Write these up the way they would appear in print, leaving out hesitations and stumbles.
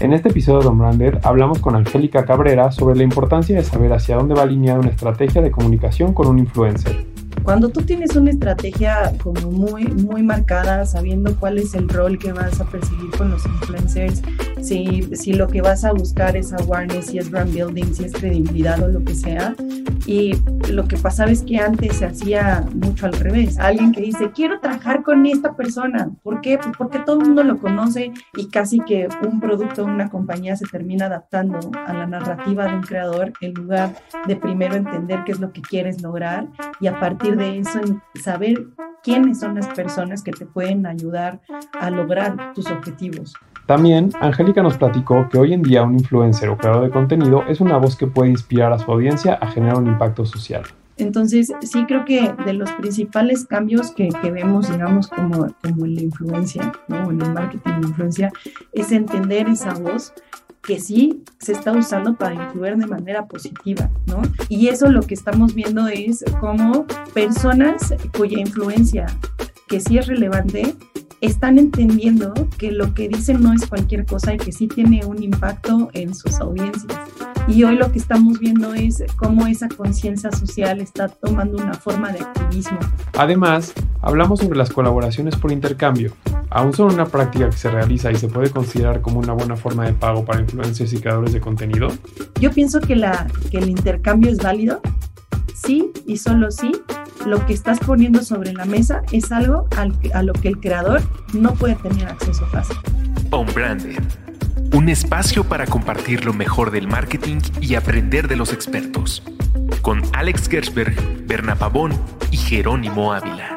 En este episodio de Unbranded hablamos con Angélica Cabrera sobre la importancia de saber hacia dónde va alineada una estrategia de comunicación con un influencer. Cuando tú tienes una estrategia como muy marcada, sabiendo cuál es el rol que vas a perseguir con los influencers, si lo que vas a buscar es awareness, si es brand building, si es credibilidad o lo que sea. Y lo que pasaba es que antes se hacía mucho al revés. Alguien que dice, quiero trabajar con esta persona. ¿Por qué? Pues porque todo el mundo lo conoce y casi que un producto o una compañía se termina adaptando a la narrativa de un creador en lugar de primero entender qué es lo que quieres lograr y a partir de eso saber quiénes son las personas que te pueden ayudar a lograr tus objetivos. También, Angélica nos platicó que hoy en día un influencer o creador de contenido es una voz que puede inspirar a su audiencia a generar un impacto social. Entonces, sí creo que de los principales cambios que vemos, digamos, como en la influencia, ¿no? En el marketing de influencia, es entender esa voz que sí se está usando para influir de manera positiva, ¿no? Y eso lo que estamos viendo es cómo personas cuya influencia, que sí es relevante, están entendiendo que lo que dicen no es cualquier cosa y que sí tiene un impacto en sus audiencias. Y hoy lo que estamos viendo es cómo esa conciencia social está tomando una forma de activismo. Además, hablamos sobre las colaboraciones por intercambio. ¿Aún son una práctica que se realiza y se puede considerar como una buena forma de pago para influencers y creadores de contenido? Yo pienso que el intercambio es válido, sí y solo sí. Lo que estás poniendo sobre la mesa es algo a lo que el creador no puede tener acceso fácil. Unbranded, un espacio para compartir lo mejor del marketing y aprender de los expertos. Con Alex Gershberg, Berna Pavón y Jerónimo Ávila.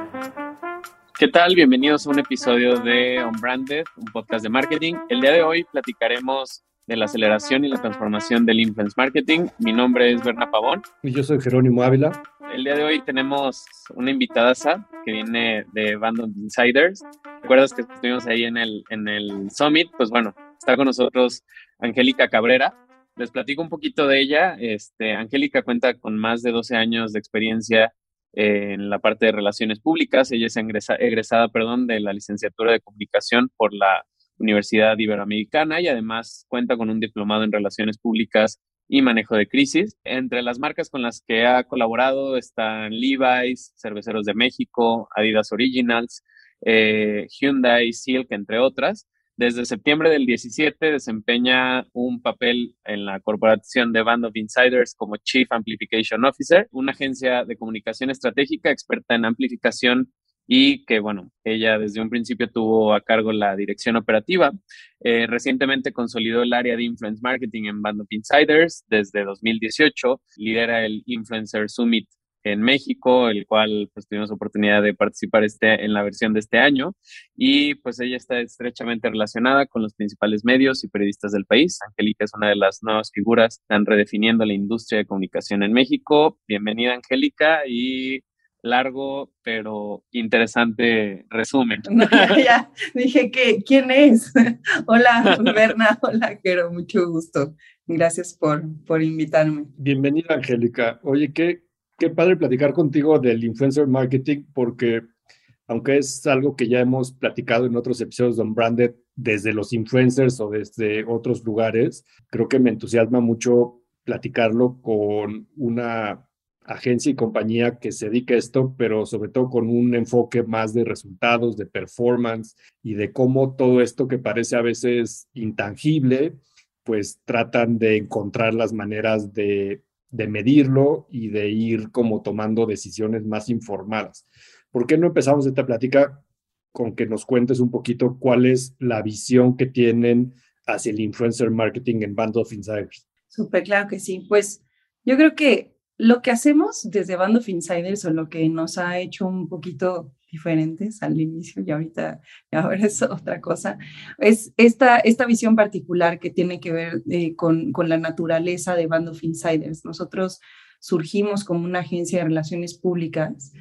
¿Qué tal? Bienvenidos a un episodio de Unbranded, un podcast de marketing. El día de hoy platicaremos de la aceleración y la transformación del influence marketing. Mi nombre es Berna Pavón. Y yo soy Jerónimo Ávila. El día de hoy tenemos una invitadaza que viene de Band of Insiders. ¿Recuerdas que estuvimos ahí en el Summit? Pues bueno, está con nosotros Angélica Cabrera. Les platico un poquito de ella. Angélica cuenta con más de 12 años de experiencia en la parte de relaciones públicas. Ella es egresada de la licenciatura de comunicación por la Universidad Iberoamericana y además cuenta con un diplomado en relaciones públicas y manejo de crisis. Entre las marcas con las que ha colaborado están Levi's, Cerveceros de México, Adidas Originals, Hyundai, Silk, entre otras. Desde septiembre del 17 desempeña un papel en la corporación de Band of Insiders como Chief Amplification Officer, una agencia de comunicación estratégica experta en amplificación y que, bueno, ella desde un principio tuvo a cargo la dirección operativa. Recientemente consolidó el área de Influence Marketing en Band of Insiders. Desde 2018 lidera el Influencer Summit en México, el cual pues tuvimos oportunidad de participar en la versión de este año, y pues ella está estrechamente relacionada con los principales medios y periodistas del país. Angélica es una de las nuevas figuras que están redefiniendo la industria de comunicación en México. Bienvenida, Angélica, y largo pero interesante resumen. No, ya dije que ¿quién es? Hola, Berna, hola, Jero, mucho gusto. Gracias por invitarme. Bienvenida, Angélica. Oye, qué padre platicar contigo del influencer marketing, porque aunque es algo que ya hemos platicado en otros episodios de Unbranded desde los influencers o desde otros lugares, creo que me entusiasma mucho platicarlo con una agencia y compañía que se dedica a esto, pero sobre todo con un enfoque más de resultados, de performance y de cómo todo esto que parece a veces intangible, pues tratan de encontrar las maneras de medirlo y de ir como tomando decisiones más informadas. ¿Por qué no empezamos esta plática con que nos cuentes un poquito cuál es la visión que tienen hacia el influencer marketing en Band of Insiders? Súper, claro que sí. Pues yo creo que lo que hacemos desde Band of Insiders o lo que nos ha hecho un poquito diferentes al inicio y ahora es otra cosa, es esta visión particular que tiene que ver con la naturaleza de Band of Insiders. Nosotros surgimos como una agencia de relaciones públicas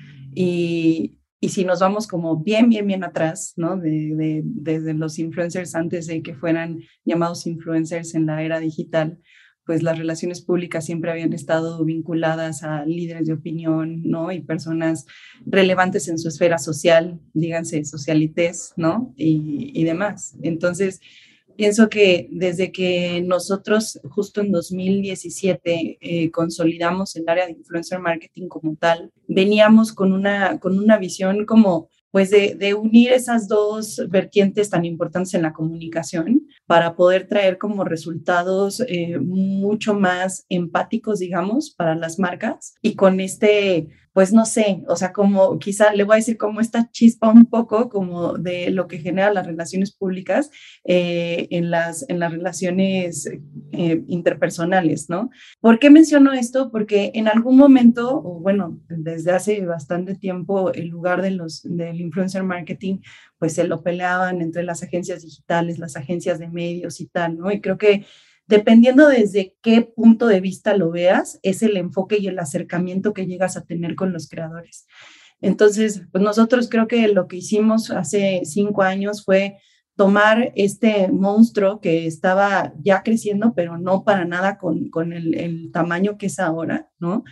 y si nos vamos como bien atrás, ¿no? Desde los influencers antes de que fueran llamados influencers en la era digital, pues las relaciones públicas siempre habían estado vinculadas a líderes de opinión, ¿no? Y personas relevantes en su esfera social, díganse socialites, ¿no? Y demás. Entonces, Pienso que desde que nosotros justo en 2017 consolidamos el área de influencer marketing como tal, veníamos con una visión como pues de unir esas dos vertientes tan importantes en la comunicación para poder traer como resultados mucho más empáticos, digamos, para las marcas y con pues no sé, o sea, como quizá le voy a decir como esta chispa un poco como de lo que genera las relaciones públicas en las relaciones interpersonales, ¿no? ¿Por qué menciono esto? Porque en algún momento, o bueno, desde hace bastante tiempo, el lugar del influencer marketing, pues se lo peleaban entre las agencias digitales, las agencias de medios y tal, ¿no? Y creo que dependiendo desde qué punto de vista lo veas, es el enfoque y el acercamiento que llegas a tener con los creadores. Entonces, pues nosotros creo que lo que hicimos hace 5 años fue tomar este monstruo que estaba ya creciendo, pero no para nada con el tamaño que es ahora, ¿no?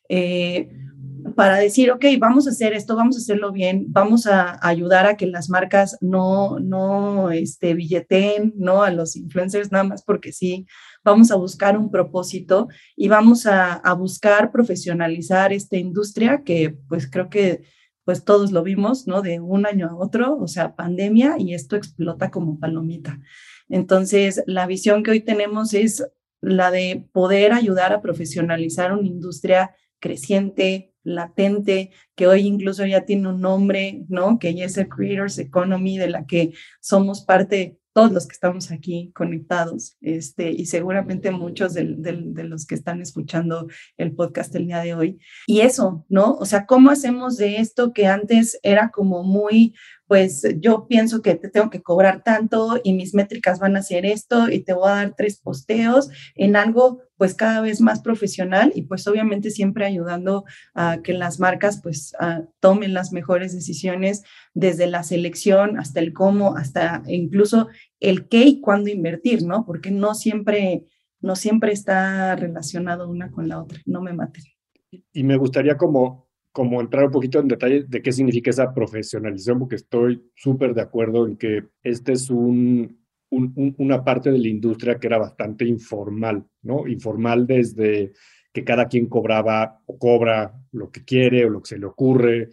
Para decir, ok, vamos a hacer esto, vamos a hacerlo bien, vamos a ayudar a que las marcas no billeteen, ¿no? A los influencers nada más porque sí, vamos a buscar un propósito y vamos a buscar profesionalizar esta industria que pues creo que pues todos lo vimos, ¿no? De un año a otro, o sea, pandemia y esto explota como palomita. Entonces, la visión que hoy tenemos es la de poder ayudar a profesionalizar una industria creciente, latente, que hoy incluso ya tiene un nombre, ¿no? Que ya es el Creators Economy, de la que somos parte todos los que estamos aquí conectados, y seguramente muchos de los que están escuchando el podcast el día de hoy. Y eso, ¿no? O sea, ¿cómo hacemos de esto que antes era como muy, pues yo pienso que te tengo que cobrar tanto y mis métricas van a ser esto y te voy a dar 3 posteos en algo pues cada vez más profesional y pues obviamente siempre ayudando a que las marcas pues tomen las mejores decisiones desde la selección hasta el cómo, hasta incluso el qué y cuándo invertir, ¿no? Porque no siempre está relacionado una con la otra, no me maten. Y me gustaría como entrar un poquito en detalle de qué significa esa profesionalización, porque estoy súper de acuerdo en que este es una parte de la industria que era bastante informal, ¿no? Informal desde que cada quien cobraba o cobra lo que quiere o lo que se le ocurre.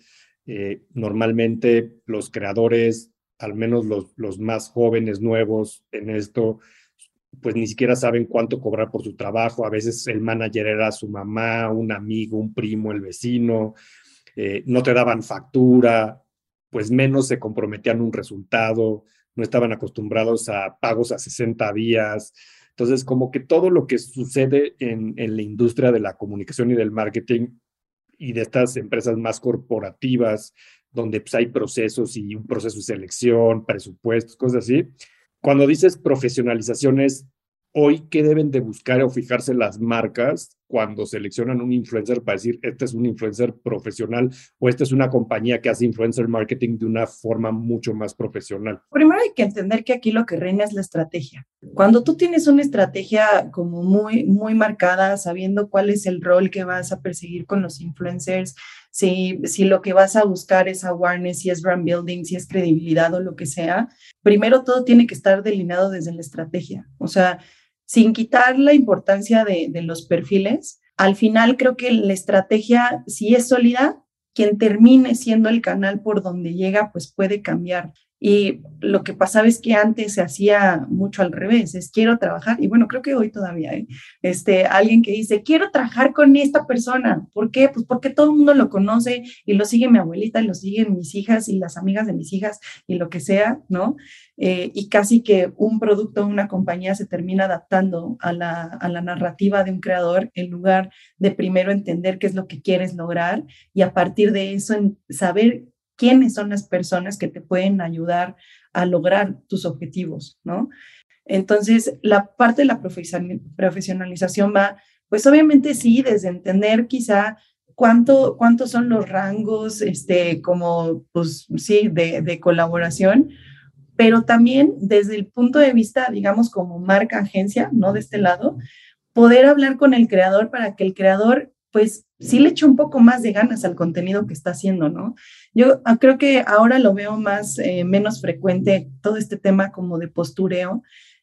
Normalmente los creadores, al menos los más jóvenes, nuevos en esto, pues ni siquiera saben cuánto cobrar por su trabajo. A veces el manager era su mamá, un amigo, un primo, el vecino. No te daban factura, pues menos se comprometían un resultado, no estaban acostumbrados a pagos a 60 días. Entonces, como que todo lo que sucede en la industria de la comunicación y del marketing y de estas empresas más corporativas, donde pues, hay procesos y un proceso de selección, presupuestos, cosas así. Cuando dices profesionalizaciones, hoy, ¿qué deben de buscar o fijarse las marcas cuando seleccionan un influencer para decir, este es un influencer profesional o esta es una compañía que hace influencer marketing de una forma mucho más profesional? Primero hay que entender que aquí lo que reina es la estrategia. Cuando tú tienes una estrategia como muy, muy marcada, sabiendo cuál es el rol que vas a perseguir con los influencers, si lo que vas a buscar es awareness, si es brand building, si es credibilidad o lo que sea, primero todo tiene que estar delineado desde la estrategia. O sea, sin quitar la importancia de los perfiles, al final creo que la estrategia, si es sólida, quien termine siendo el canal por donde llega, pues puede cambiar. Y lo que pasaba es que antes se hacía mucho al revés, es quiero trabajar, y bueno, creo que hoy todavía hay alguien que dice, quiero trabajar con esta persona. ¿Por qué? Pues porque todo el mundo lo conoce y lo sigue mi abuelita y lo siguen mis hijas y las amigas de mis hijas y lo que sea, ¿no? Y casi que un producto o una compañía se termina adaptando a la narrativa de un creador en lugar de primero entender qué es lo que quieres lograr y a partir de eso saber quiénes son las personas que te pueden ayudar a lograr tus objetivos, ¿no? Entonces, la parte de la profesionalización va, pues obviamente sí, desde entender quizá cuántos son los rangos, como, pues sí, de colaboración, pero también desde el punto de vista, digamos, como marca agencia, ¿no? De este lado, poder hablar con el creador para que el creador pues sí le eche un poco más de ganas al contenido que está haciendo, ¿no? Yo creo que ahora lo veo menos frecuente todo este tema como de postureo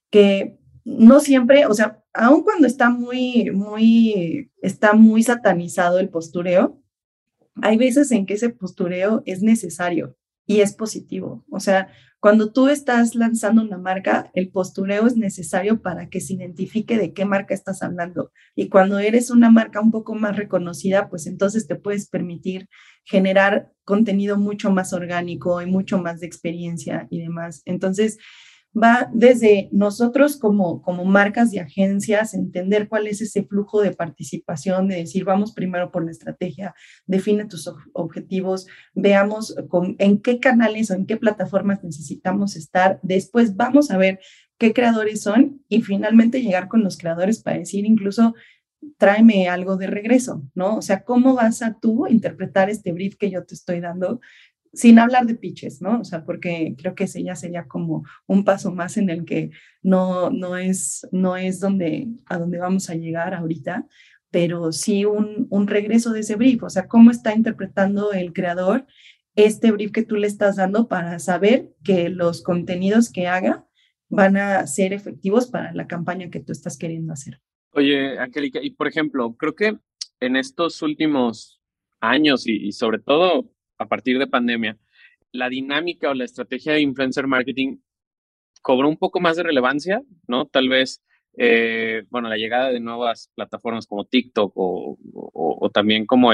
que no siempre, o sea, aun cuando está está muy satanizado el postureo, hay veces en que ese postureo es necesario y es positivo. O sea, cuando tú estás lanzando una marca, el postureo es necesario para que se identifique de qué marca estás hablando. Y cuando eres una marca un poco más reconocida, pues entonces te puedes permitir generar contenido mucho más orgánico y mucho más de experiencia y demás. Entonces, va desde nosotros como marcas y agencias, entender cuál es ese flujo de participación, de decir, vamos primero por la estrategia, define tus objetivos, veamos en qué canales o en qué plataformas necesitamos estar, después vamos a ver qué creadores son y finalmente llegar con los creadores para decir incluso, tráeme algo de regreso, ¿no? O sea, ¿cómo vas a tú interpretar este brief que yo te estoy dando? Sin hablar de pitches, ¿no? O sea, porque creo que ese ya sería como un paso más en el que no es a donde vamos a llegar ahorita, pero sí un regreso de ese brief, o sea, cómo está interpretando el creador este brief que tú le estás dando para saber que los contenidos que haga van a ser efectivos para la campaña que tú estás queriendo hacer. Oye, Angélica, y por ejemplo, creo que en estos últimos años y sobre todo a partir de pandemia, la dinámica o la estrategia de influencer marketing cobró un poco más de relevancia, ¿no? Tal vez, bueno, la llegada de nuevas plataformas como TikTok o también como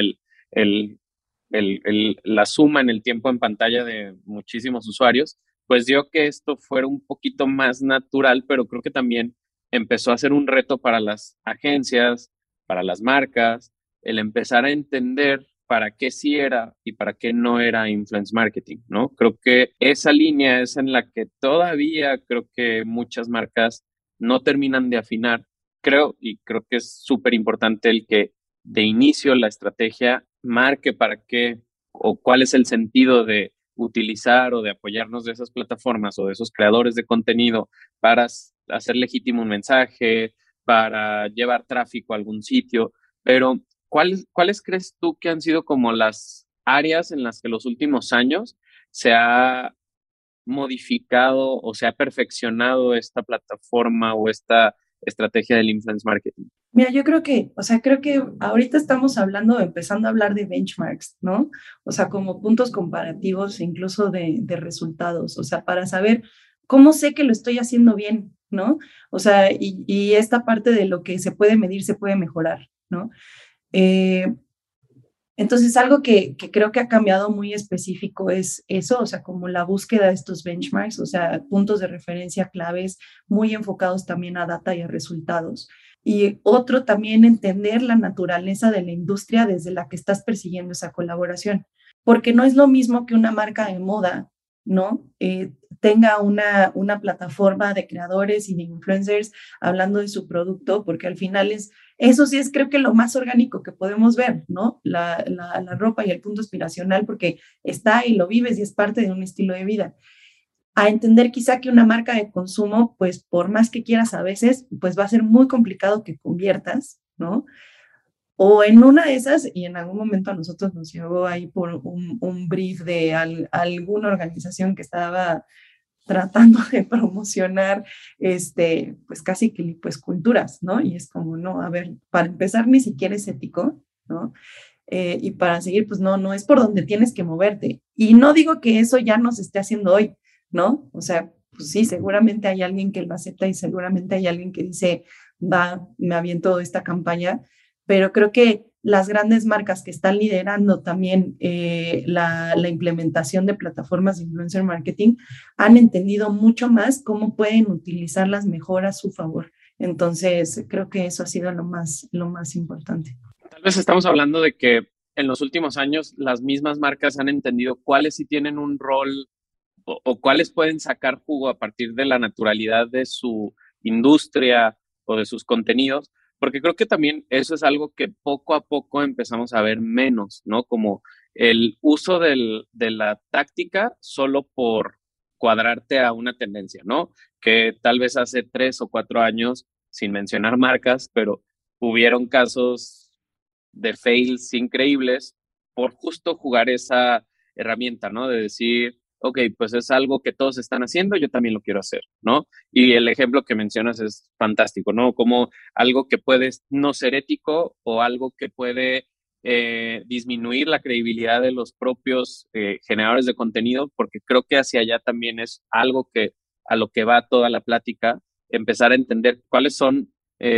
la suma en el tiempo en pantalla de muchísimos usuarios, pues dio que esto fuera un poquito más natural, pero creo que también empezó a ser un reto para las agencias, para las marcas, el empezar a entender para qué sí era y para qué no era influence marketing, ¿no? Creo que esa línea es en la que todavía creo que muchas marcas no terminan de afinar. Creo que es súper importante el que de inicio la estrategia marque para qué o cuál es el sentido de utilizar o de apoyarnos de esas plataformas o de esos creadores de contenido para hacer legítimo un mensaje, para llevar tráfico a algún sitio, pero ¿cuáles crees tú que han sido como las áreas en las que los últimos años se ha modificado o se ha perfeccionado esta plataforma o esta estrategia del influence marketing? Mira, yo creo que, o sea, creo que ahorita estamos empezando a hablar de benchmarks, ¿no? O sea, como puntos comparativos, incluso de resultados, o sea, para saber cómo sé que lo estoy haciendo bien, ¿no? O sea, y esta parte de lo que se puede medir se puede mejorar, ¿no? Entonces, algo que creo que ha cambiado muy específico es eso, o sea, como la búsqueda de estos benchmarks, o sea, puntos de referencia claves muy enfocados también a data y a resultados. Y otro también entender la naturaleza de la industria desde la que estás persiguiendo esa colaboración, porque no es lo mismo que una marca de moda, ¿no? Tenga una plataforma de creadores y de influencers hablando de su producto, porque al final eso sí es creo que lo más orgánico que podemos ver, ¿no? La ropa y el punto aspiracional, porque está y lo vives y es parte de un estilo de vida. A entender quizá que una marca de consumo, pues por más que quieras a veces, pues va a ser muy complicado que conviertas, ¿no? O en una de esas, y en algún momento a nosotros nos llegó ahí por un brief de alguna organización que estaba tratando de promocionar, pues casi que pues culturas, ¿no? Y es como, no, a ver, para empezar ni siquiera es ético, ¿no? Y para seguir, pues no es por donde tienes que moverte. Y no digo que eso ya no se esté haciendo hoy, ¿no? O sea, pues sí, seguramente hay alguien que lo acepta y seguramente hay alguien que dice, va, me aviento esta campaña, pero creo que las grandes marcas que están liderando también la implementación de plataformas de influencer marketing han entendido mucho más cómo pueden utilizarlas mejor a su favor. Entonces, creo que eso ha sido lo más importante. Tal vez estamos hablando de que en los últimos años las mismas marcas han entendido cuáles sí tienen un rol o cuáles pueden sacar jugo a partir de la naturalidad de su industria o de sus contenidos, porque creo que también eso es algo que poco a poco empezamos a ver menos, ¿no? Como el uso de la táctica solo por cuadrarte a una tendencia, ¿no? Que tal vez hace 3 o 4 años, sin mencionar marcas, pero hubieron casos de fails increíbles por justo jugar esa herramienta, ¿no? De decir, ok, pues es algo que todos están haciendo, yo también lo quiero hacer, ¿no? Y el ejemplo que mencionas es fantástico, ¿no? Como algo que puede no ser ético o algo que puede disminuir la credibilidad de los propios generadores de contenido, porque creo que hacia allá también es algo que a lo que va toda la plática, empezar a entender cuáles son,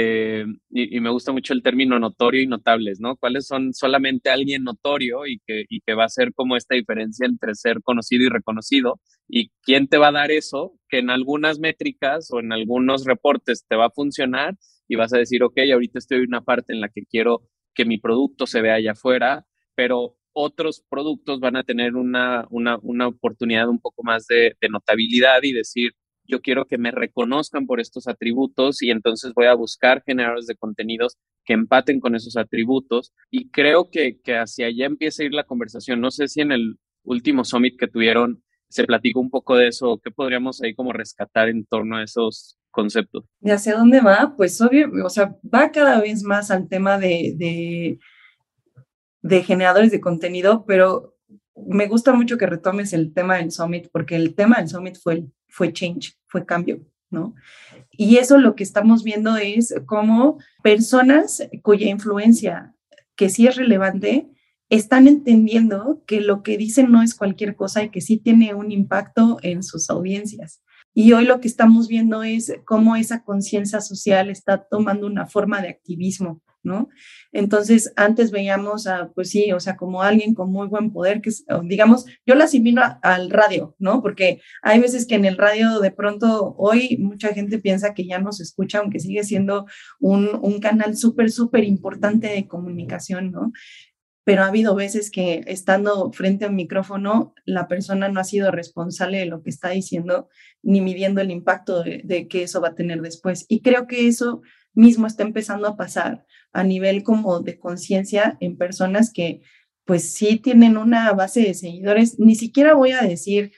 y me gusta mucho el término notorio y notables, ¿no? ¿Cuáles son solamente alguien notorio y que va a ser como esta diferencia entre ser conocido y reconocido? ¿Y quién te va a dar eso? Que en algunas métricas o en algunos reportes te va a funcionar y vas a decir, ok, ahorita estoy en una parte en la que quiero que mi producto se vea allá afuera, pero otros productos van a tener una oportunidad un poco más de notabilidad y decir, yo quiero que me reconozcan por estos atributos y entonces voy a buscar generadores de contenidos que empaten con esos atributos y creo que hacia allá empieza a ir la conversación. No sé si en el último summit que tuvieron se platicó un poco de eso, ¿qué podríamos ahí como rescatar en torno a esos conceptos? ¿Y hacia dónde va? Pues obvio, o sea, va cada vez más al tema de generadores de contenido, pero me gusta mucho que retomes el tema del Summit, porque el tema del Summit fue change, fue cambio, ¿no? Y eso lo que estamos viendo es cómo personas cuya influencia, que sí es relevante, están entendiendo que lo que dicen no es cualquier cosa y que sí tiene un impacto en sus audiencias. Y hoy lo que estamos viendo es cómo esa conciencia social está tomando una forma de activismo, ¿no? Entonces, antes veíamos pues sí, o sea, como alguien con muy buen poder, que digamos, yo la asimilo al radio, ¿no? Porque hay veces que en el radio de pronto hoy mucha gente piensa que ya no se escucha, aunque sigue siendo un canal súper, súper importante de comunicación, ¿no? Pero ha habido veces que estando frente a un micrófono, la persona no ha sido responsable de lo que está diciendo, ni midiendo el impacto de que eso va a tener después. Y creo que eso mismo está empezando a pasar a nivel como de conciencia en personas que pues sí tienen una base de seguidores, ni siquiera voy a decir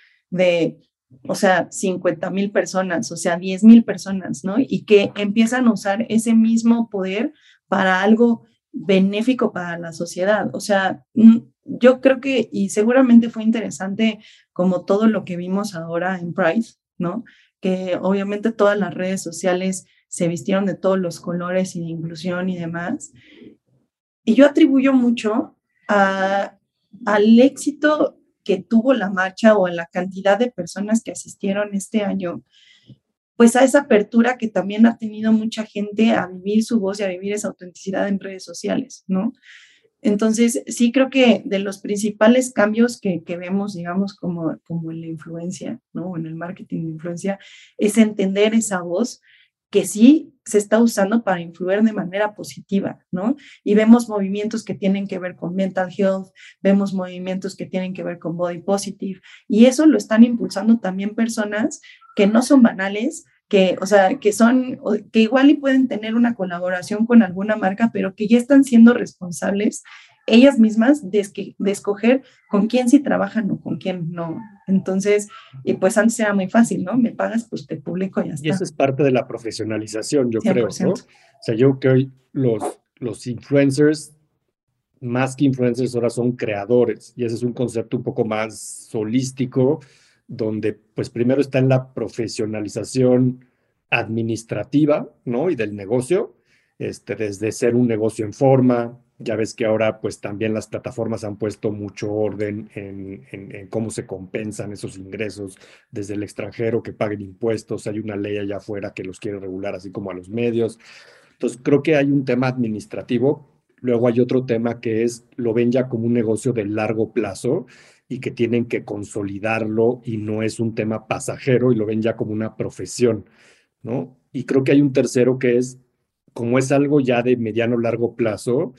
o sea, 50,000 personas, o sea, 10,000 personas, ¿no? Y que empiezan a usar ese mismo poder para algo benéfico para la sociedad. O sea, yo creo que, y seguramente fue interesante como todo lo que vimos ahora en Pride, ¿no? Que obviamente todas las redes sociales se vistieron de todos los colores y de inclusión y demás. Y yo atribuyo mucho al éxito que tuvo la marcha o a la cantidad de personas que asistieron este año, pues a esa apertura que también ha tenido mucha gente a vivir su voz y a vivir esa autenticidad en redes sociales, ¿no? Entonces, sí creo que de los principales cambios que vemos, digamos, como en la influencia, ¿no? En el marketing de influencia, es entender esa voz que sí se está usando para influir de manera positiva, ¿no? Y vemos movimientos que tienen que ver con mental health, vemos movimientos que tienen que ver con body positive, y eso lo están impulsando también personas que no son banales, o sea, que igual y pueden tener una colaboración con alguna marca, pero que ya están siendo responsables ellas mismas de escoger con quién sí trabajan o con quién no. Entonces, y pues antes era muy fácil, ¿no? Me pagas, pues te publico y ya está. Y eso es parte de la profesionalización, yo 100%. Creo, ¿no? O sea, yo creo que hoy los influencers, más que influencers, ahora son creadores, y ese es un concepto un poco más holístico, donde pues primero está en la profesionalización administrativa, ¿no? Y del negocio, desde ser un negocio en forma. Ya ves que ahora pues también las plataformas han puesto mucho orden en cómo se compensan esos ingresos desde el extranjero, que paguen impuestos. Hay una ley allá afuera que los quiere regular, así como a los medios. Entonces creo que hay un tema administrativo. Luego hay otro tema que lo ven ya como un negocio de largo plazo y que tienen que consolidarlo y no es un tema pasajero y lo ven ya como una profesión, ¿no? Y creo que hay un tercero que como es algo ya de mediano largo plazo,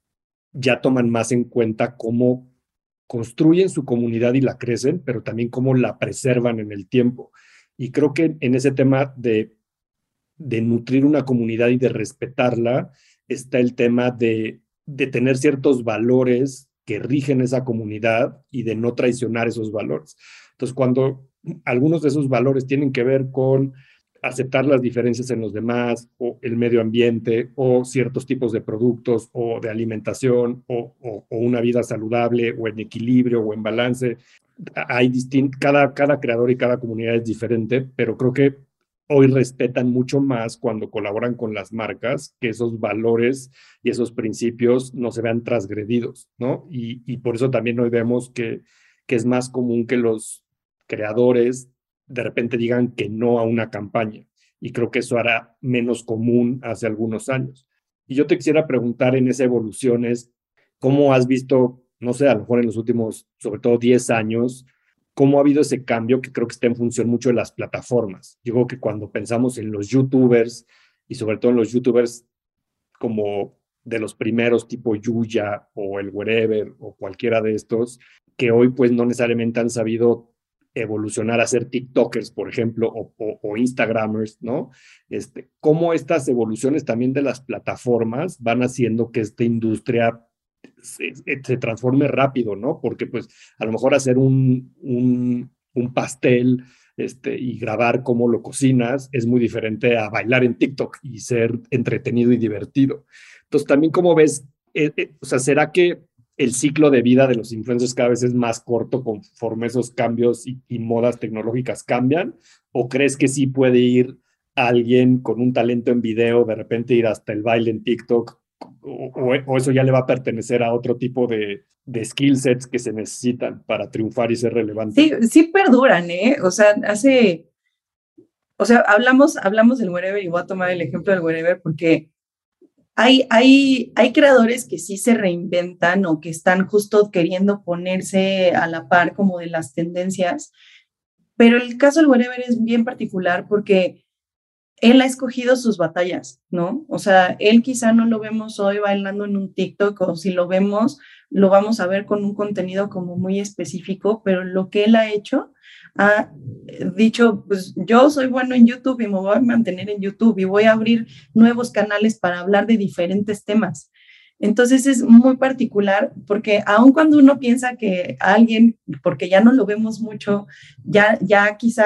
ya toman más en cuenta cómo construyen su comunidad y la crecen, pero también cómo la preservan en el tiempo. Y creo que en ese tema de nutrir una comunidad y de respetarla, está el tema de tener ciertos valores que rigen esa comunidad y de no traicionar esos valores. Entonces, cuando algunos de esos valores tienen que ver con aceptar las diferencias en los demás, o el medio ambiente, o ciertos tipos de productos, o de alimentación, o una vida saludable, o en equilibrio, o en balance, cada creador y cada comunidad es diferente, pero creo que hoy respetan mucho más cuando colaboran con las marcas, que esos valores y esos principios no se vean transgredidos, ¿no? Y por eso también hoy vemos que es más común que los creadores de repente digan que no a una campaña. Y creo que eso hará menos común hace algunos años. Y yo te quisiera preguntar en esa evolución es, ¿cómo has visto, no sé, a lo mejor en los últimos, sobre todo 10 años, cómo ha habido ese cambio que creo que está en función mucho de las plataformas? Yo creo que cuando pensamos en los youtubers y sobre todo en los youtubers como de los primeros tipo Yuya o el Wherever o cualquiera de estos, que hoy pues no necesariamente han sabido evolucionar a ser TikTokers, por ejemplo, o Instagramers, ¿no? Cómo estas evoluciones también de las plataformas van haciendo que esta industria se transforme rápido, ¿no? Porque pues a lo mejor hacer un pastel y grabar cómo lo cocinas es muy diferente a bailar en TikTok y ser entretenido y divertido. Entonces, también cómo ves, o sea, ¿será que el ciclo de vida de los influencers cada vez es más corto conforme esos cambios y modas tecnológicas cambian? ¿O crees que sí puede ir alguien con un talento en video, de repente ir hasta el baile en TikTok, o eso ya le va a pertenecer a otro tipo de skill sets que se necesitan para triunfar y ser relevante? Sí, sí perduran, ¿eh? O sea, hablamos del Wherever y voy a tomar el ejemplo del Wherever porque hay creadores que sí se reinventan o que están justo queriendo ponerse a la par como de las tendencias, pero el caso del Wherever es bien particular porque él ha escogido sus batallas, ¿no? O sea, él quizá no lo vemos hoy bailando en un TikTok o si lo vemos, lo vamos a ver con un contenido como muy específico, pero lo que él ha hecho, ha dicho, pues yo soy bueno en YouTube y me voy a mantener en YouTube y voy a abrir nuevos canales para hablar de diferentes temas. Entonces es muy particular porque aun cuando uno piensa que alguien, porque ya no lo vemos mucho, ya quizá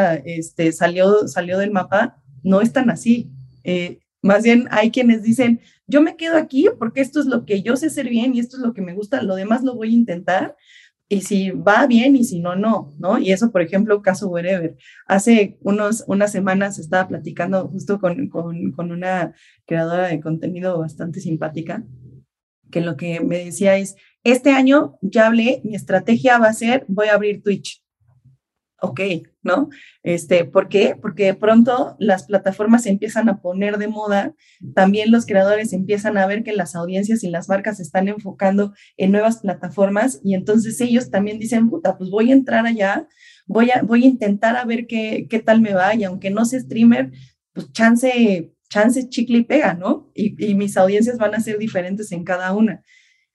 salió del mapa, no es tan así. Más bien hay quienes dicen, yo me quedo aquí porque esto es lo que yo sé hacer bien y esto es lo que me gusta, lo demás lo voy a intentar y si va bien y si no, no, ¿no? Y eso, por ejemplo, caso Wherever. Hace unas semanas estaba platicando justo con una creadora de contenido bastante simpática, que lo que me decía es, este año ya hablé, mi estrategia va a ser, voy a abrir Twitch. Ok, ¿no? ¿Por qué? Porque de pronto las plataformas se empiezan a poner de moda, también los creadores empiezan a ver que las audiencias y las marcas se están enfocando en nuevas plataformas y entonces ellos también dicen, puta, pues voy a entrar allá, voy a intentar a ver qué tal me va y aunque no sea streamer, pues chance chicle y pega, ¿no? Y mis audiencias van a ser diferentes en cada una.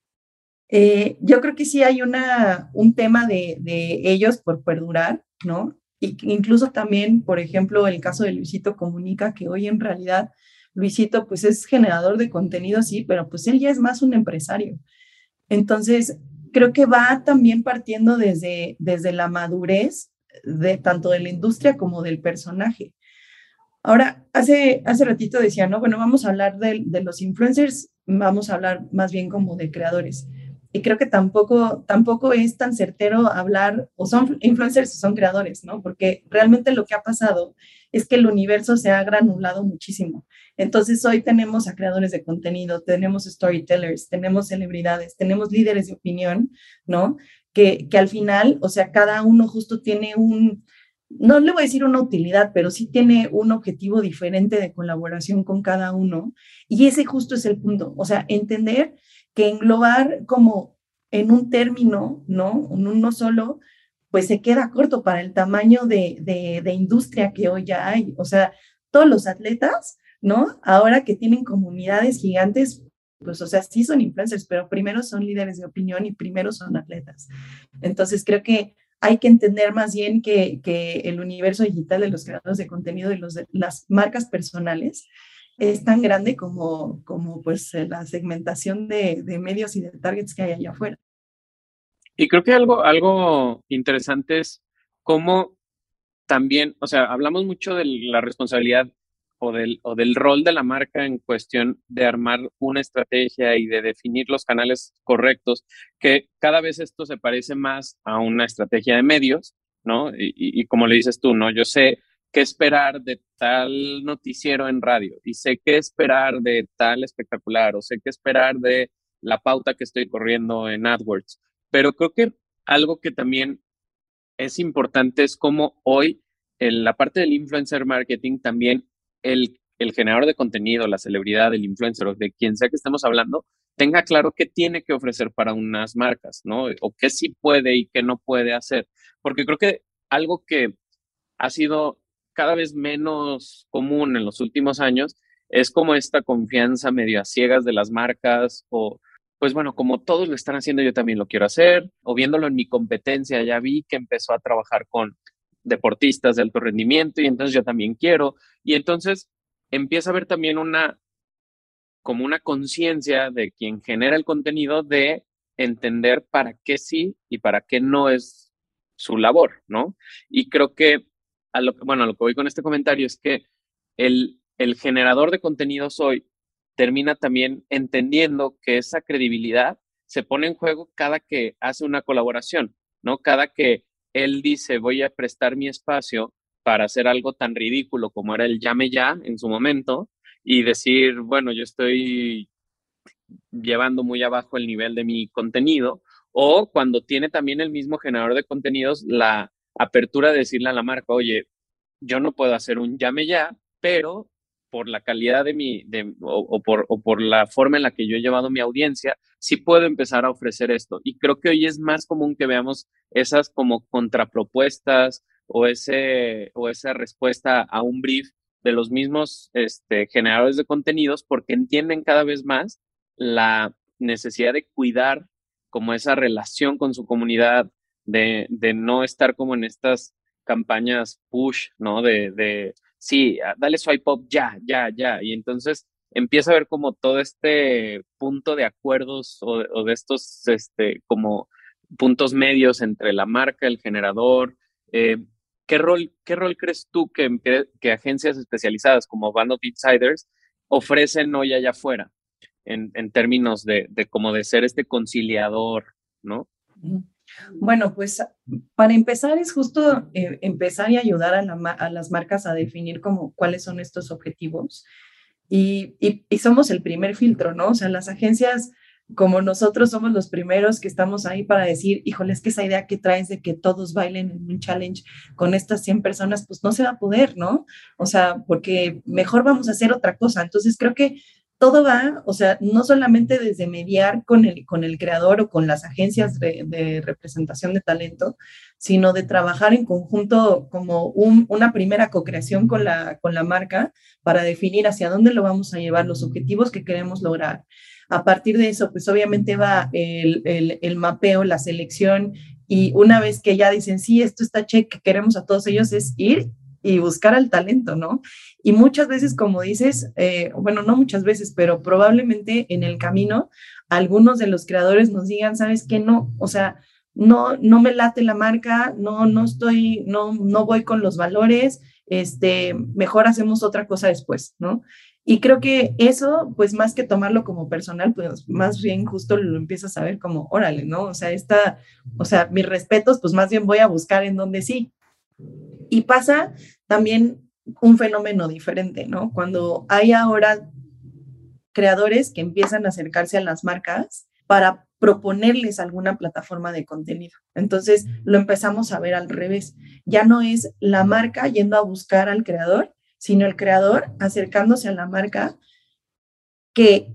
Yo creo que sí hay un tema de ellos por perdurar, ¿no? Y incluso también, por ejemplo, el caso de Luisito Comunica, que hoy en realidad Luisito pues es generador de contenido, sí, pero pues él ya es más un empresario. Entonces, creo que va también partiendo desde la madurez de tanto de la industria como del personaje. Ahora, hace ratito decía, ¿no? Bueno, vamos a hablar de los influencers, vamos a hablar más bien como de creadores. Y creo que tampoco es tan certero hablar, o son influencers o son creadores, ¿no? Porque realmente lo que ha pasado es que el universo se ha granulado muchísimo. Entonces hoy tenemos a creadores de contenido, tenemos storytellers, tenemos celebridades, tenemos líderes de opinión, ¿no? Que al final, o sea, cada uno justo tiene no le voy a decir una utilidad, pero sí tiene un objetivo diferente de colaboración con cada uno. Y ese justo es el punto, o sea, entender que englobar como en un término, ¿no? En uno solo, pues se queda corto para el tamaño de industria que hoy ya hay. O sea, todos los atletas, ¿no? Ahora que tienen comunidades gigantes, pues, o sea, sí son influencers, pero primero son líderes de opinión y primero son atletas. Entonces, creo que hay que entender más bien que el universo digital de los creadores de contenido y de las marcas personales es tan grande como pues la segmentación de medios y de targets que hay allá afuera. Y creo que algo interesante es cómo también, o sea, hablamos mucho de la responsabilidad o del rol de la marca en cuestión de armar una estrategia y de definir los canales correctos, que cada vez esto se parece más a una estrategia de medios, ¿no? Y como le dices tú, ¿no? Yo sé qué esperar de tal noticiero en radio y sé qué esperar de tal espectacular o sé qué esperar de la pauta que estoy corriendo en AdWords. Pero creo que algo que también es importante es cómo hoy en la parte del influencer marketing también el generador de contenido, la celebridad, el influencer o de quien sea que estemos hablando, tenga claro qué tiene que ofrecer para unas marcas, ¿no? O qué sí puede y qué no puede hacer. Porque creo que algo que ha sido cada vez menos común en los últimos años es como esta confianza medio a ciegas de las marcas o pues bueno, como todos lo están haciendo, yo también lo quiero hacer, o viéndolo en mi competencia, ya vi que empezó a trabajar con deportistas de alto rendimiento y entonces yo también quiero, y entonces empieza a haber también como una conciencia de quien genera el contenido de entender para qué sí y para qué no es su labor, ¿no? Y creo que, a lo que voy con este comentario es que el generador de contenidos hoy termina también entendiendo que esa credibilidad se pone en juego cada que hace una colaboración, ¿no? Cada que él dice, voy a prestar mi espacio para hacer algo tan ridículo como era el llame ya en su momento y decir, bueno, yo estoy llevando muy abajo el nivel de mi contenido, o cuando tiene también el mismo generador de contenidos la apertura de decirle a la marca, oye, yo no puedo hacer un llame ya, pero por la calidad de o por la forma en la que yo he llevado mi audiencia, sí puedo empezar a ofrecer esto. Y creo que hoy es más común que veamos esas como contrapropuestas o esa respuesta a un brief de los mismos generadores de contenidos porque entienden cada vez más la necesidad de cuidar como esa relación con su comunidad, de no estar como en estas campañas push, ¿no? Sí, dale swipe up ya, ya, ya. Y entonces empieza a ver como todo este punto de acuerdos o de estos como puntos medios entre la marca, el generador. ¿Qué rol crees tú que agencias especializadas como Band of Insiders ofrecen hoy allá afuera en términos de como de ser este conciliador, ¿no? Bueno, pues para empezar es justo empezar y ayudar a las marcas a definir como cuáles son estos objetivos y somos el primer filtro, ¿no? O sea, las agencias como nosotros somos los primeros que estamos ahí para decir, híjole, es que esa idea que traes de que todos bailen en un challenge con estas 100 personas, pues no se va a poder, ¿no? O sea, porque mejor vamos a hacer otra cosa. Entonces creo que todo va, o sea, no solamente desde mediar con el creador o con las agencias de representación de talento, sino de trabajar en conjunto como una primera co-creación con la marca para definir hacia dónde lo vamos a llevar, los objetivos que queremos lograr. A partir de eso, pues obviamente va el mapeo, la selección, y una vez que ya dicen, sí, esto está check, que queremos a todos ellos, es ir y buscar al talento, ¿no? Y muchas veces, como dices, bueno, no muchas veces, pero probablemente en el camino, algunos de los creadores nos digan, ¿sabes qué? No, o sea, no me late la marca, no voy con los valores, mejor hacemos otra cosa después, ¿no? Y creo que eso, pues más que tomarlo como personal, pues más bien justo lo empiezas a ver como, órale, ¿no? O sea, mis respetos, pues más bien voy a buscar en donde sí. Y pasa también un fenómeno diferente, ¿no? Cuando hay ahora creadores que empiezan a acercarse a las marcas para proponerles alguna plataforma de contenido. Entonces lo empezamos a ver al revés. Ya no es la marca yendo a buscar al creador, sino el creador acercándose a la marca que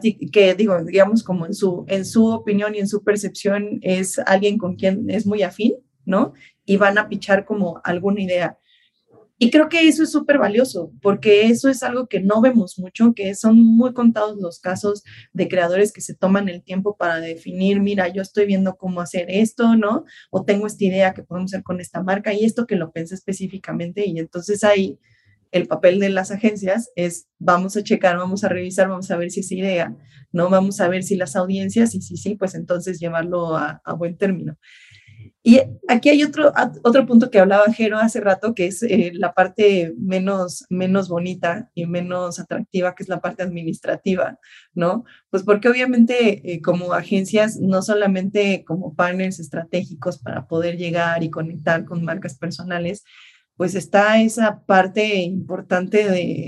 digamos, como en su opinión y en su percepción es alguien con quien es muy afín, ¿no? Y van a pichar como alguna idea. Y creo que eso es súper valioso, porque eso es algo que no vemos mucho, que son muy contados los casos de creadores que se toman el tiempo para definir, mira, yo estoy viendo cómo hacer esto, ¿no? O tengo esta idea que podemos hacer con esta marca y esto que lo pensé específicamente. Y entonces ahí el papel de las agencias es, vamos a checar, vamos a revisar, vamos a ver si esa idea, ¿no? Vamos a ver si las audiencias, y si sí, pues entonces llevarlo a buen término. Y aquí hay otro punto que hablaba Jero hace rato, que es la parte menos bonita y menos atractiva, que es la parte administrativa, ¿no? Pues porque obviamente como agencias, no solamente como partners estratégicos para poder llegar y conectar con marcas personales, pues está esa parte importante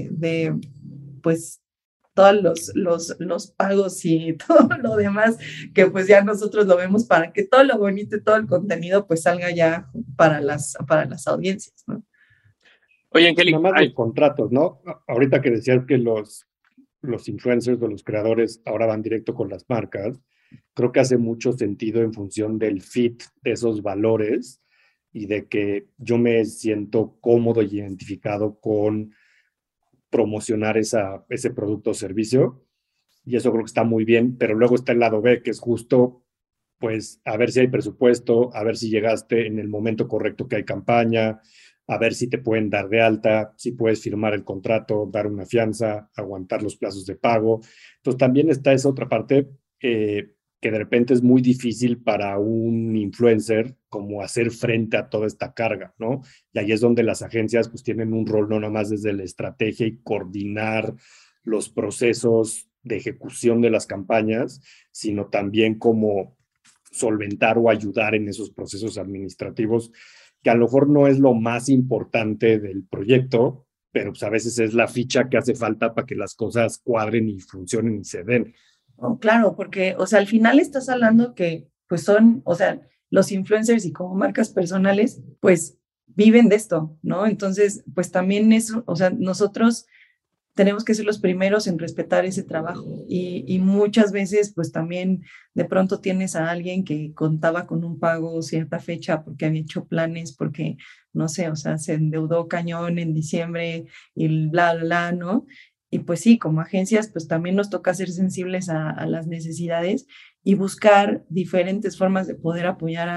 de pues todos los pagos y todo lo demás, que pues ya nosotros lo vemos para que todo lo bonito y todo el contenido pues salga ya para las audiencias, ¿no? Oye, Nada Angélica, más los contratos, ¿no? Ahorita que decías que los influencers o los creadores ahora van directo con las marcas, creo que hace mucho sentido en función del fit de esos valores y de que yo me siento cómodo y identificado con promocionar ese producto o servicio, y eso creo que está muy bien, pero luego está el lado B, que es justo, pues, a ver si hay presupuesto, a ver si llegaste en el momento correcto que hay campaña, a ver si te pueden dar de alta, si puedes firmar el contrato, dar una fianza, aguantar los plazos de pago. Entonces también está esa otra parte que de repente es muy difícil para un influencer como hacer frente a toda esta carga, ¿no? Y ahí es donde las agencias pues tienen un rol no nada más desde la estrategia y coordinar los procesos de ejecución de las campañas, sino también como solventar o ayudar en esos procesos administrativos, que a lo mejor no es lo más importante del proyecto, pero pues a veces es la ficha que hace falta para que las cosas cuadren y funcionen y se den. Oh, claro, porque, o sea, al final estás hablando que, pues son, o sea, los influencers y como marcas personales, pues viven de esto, ¿no? Entonces, pues también eso, o sea, nosotros tenemos que ser los primeros en respetar ese trabajo y muchas veces pues también de pronto tienes a alguien que contaba con un pago cierta fecha porque había hecho planes, porque no sé, o sea, se endeudó cañón en diciembre y bla, bla, bla, ¿no? Y pues sí, como agencias pues también nos toca ser sensibles a las necesidades y buscar diferentes formas de poder apoyar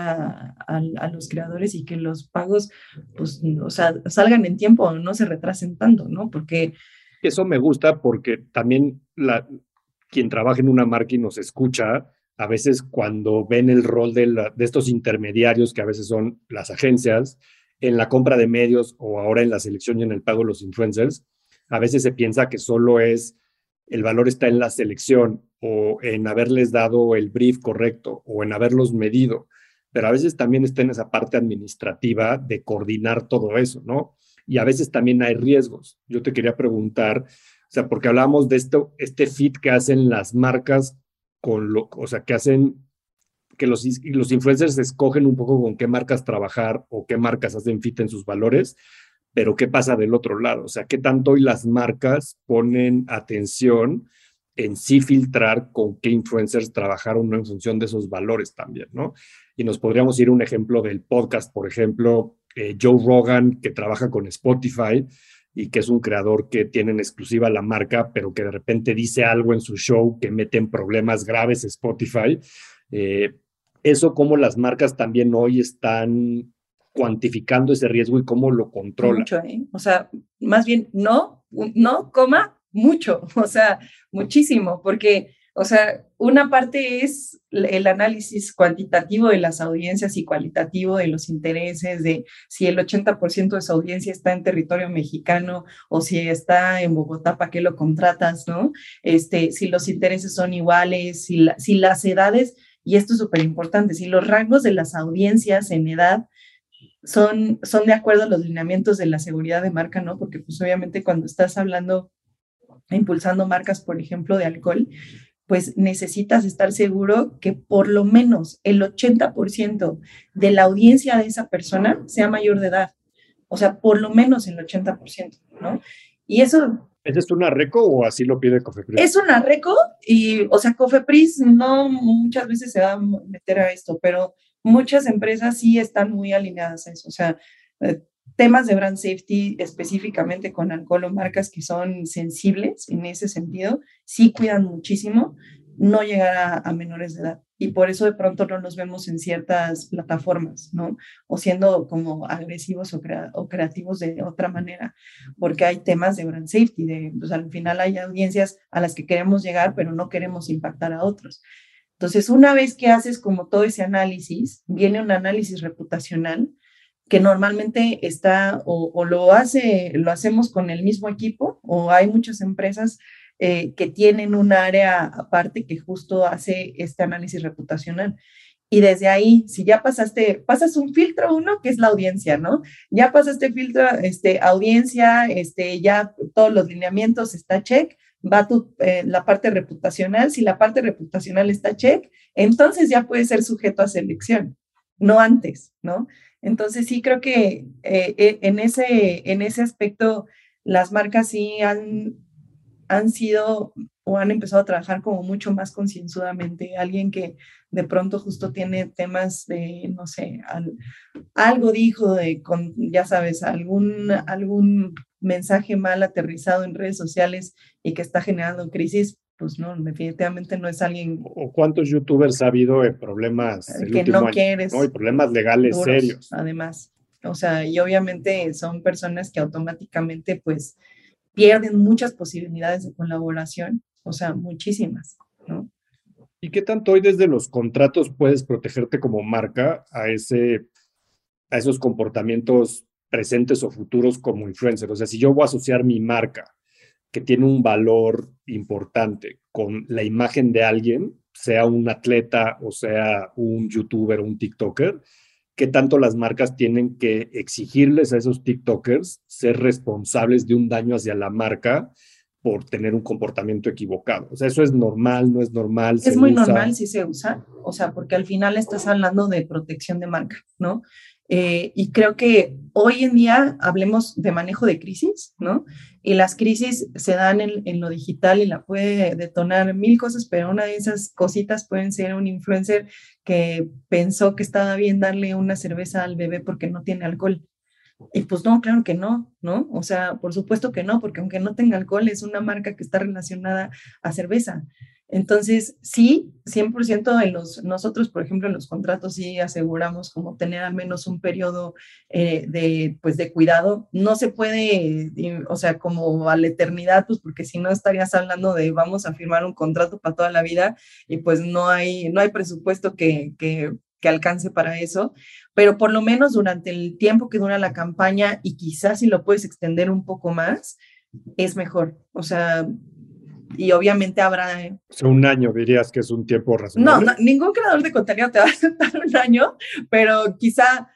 a los creadores y que los pagos pues, o sea, salgan en tiempo, no se retrasen tanto, ¿no? Porque eso me gusta porque también quien trabaja en una marca y nos escucha, a veces cuando ven el rol de estos intermediarios, que a veces son las agencias, en la compra de medios o ahora en la selección y en el pago de los influencers, a veces se piensa que solo el valor está en la selección o en haberles dado el brief correcto o en haberlos medido, pero a veces también está en esa parte administrativa de coordinar todo eso, ¿no? Y a veces también hay riesgos. Yo te quería preguntar, o sea, porque hablábamos de este fit que hacen las marcas o sea, que hacen que los influencers escogen un poco con qué marcas trabajar o qué marcas hacen fit en sus valores, pero ¿qué pasa del otro lado? O sea, ¿qué tanto hoy las marcas ponen atención en sí filtrar con qué influencers trabajaron en función de esos valores también, ¿no? Y nos podríamos ir a un ejemplo del podcast, por ejemplo, Joe Rogan, que trabaja con Spotify y que es un creador que tiene en exclusiva la marca, pero que de repente dice algo en su show que mete en problemas graves Spotify. Eso cómo las marcas también hoy están cuantificando ese riesgo y cómo lo controlan. Mucho, ¿eh? O sea, más bien no, coma, mucho, o sea, muchísimo, porque, o sea, una parte es el análisis cuantitativo de las audiencias y cualitativo de los intereses, de si el 80% de su audiencia está en territorio mexicano o si está en Bogotá, ¿para qué lo contratas, no? Si los intereses son iguales, si las edades, y esto es súper importante, si los rangos de las audiencias en edad son de acuerdo a los lineamientos de la seguridad de marca, ¿no? Porque pues obviamente cuando estás hablando, impulsando marcas, por ejemplo, de alcohol, pues necesitas estar seguro que por lo menos el 80% de la audiencia de esa persona sea mayor de edad. O sea, por lo menos el 80%, ¿no? Y eso... ¿Esa es una reco o así lo pide Cofepris? Es una reco y, o sea, Cofepris no muchas veces se va a meter a esto, pero muchas empresas sí están muy alineadas a eso. O sea, temas de brand safety específicamente con alcohol o marcas que son sensibles en ese sentido, sí cuidan muchísimo no llegar a menores de edad. Y por eso de pronto no los vemos en ciertas plataformas, ¿no? O siendo como agresivos o creativos de otra manera, porque hay temas de brand safety, pues al final hay audiencias a las que queremos llegar, pero no queremos impactar a otros. Entonces, una vez que haces como todo ese análisis, viene un análisis reputacional que normalmente está o lo hacemos con el mismo equipo, o hay muchas empresas que tienen un área aparte que justo hace este análisis reputacional. Y desde ahí, si ya pasas un filtro uno, que es la audiencia, ¿no? Ya pasaste filtro, audiencia, ya todos los lineamientos está check, va la parte reputacional. Si la parte reputacional está check, entonces ya puede ser sujeto a selección, no antes, ¿no? Entonces sí creo que en ese aspecto las marcas sí han sido o han empezado a trabajar como mucho más concienzudamente. Alguien que de pronto justo tiene temas de, no sé, algo dijo ya sabes, algún mensaje mal aterrizado en redes sociales y que está generando crisis, pues no, definitivamente no es alguien ¿O cuántos youtubers ha habido en problemas el que último no año? quieres, ¿No? Y problemas legales duros, serios. además. O sea, y obviamente son personas que automáticamente pues pierden muchas posibilidades de colaboración, o sea, muchísimas, ¿no? ¿Y qué tanto hoy desde los contratos puedes protegerte como marca a esos comportamientos presentes o futuros como influencer? O sea, si yo voy a asociar mi marca, que tiene un valor importante, con la imagen de alguien, sea un atleta o sea un youtuber o un TikToker, ¿qué tanto las marcas tienen que exigirles a esos TikTokers ser responsables de un daño hacia la marca por tener un comportamiento equivocado? O sea, ¿eso es normal, no es normal, se Es muy usa? normal si se usa, o sea, porque al final estás hablando de protección de marca, ¿no? Y creo que hoy en día hablemos de manejo de crisis, ¿no? Y las crisis se dan en lo digital y la puede detonar mil cosas, pero una de esas cositas pueden ser un influencer que pensó que estaba bien darle una cerveza al bebé porque no tiene alcohol. Y pues no, claro que no, ¿no? O sea, por supuesto que no, porque aunque no tenga alcohol, es una marca que está relacionada a cerveza. Entonces, sí, 100% nosotros, por ejemplo, en los contratos sí aseguramos como tener al menos un periodo pues de cuidado. No se puede, o sea, como a la eternidad, pues porque si no estarías hablando de vamos a firmar un contrato para toda la vida y pues no hay presupuesto que alcance para eso, pero por lo menos durante el tiempo que dura la campaña y quizás si lo puedes extender un poco más, es mejor. O sea, y obviamente habrá... O sea, un año dirías que es un tiempo No, razonable. ningún creador de contenido te va a aceptar un año, pero quizá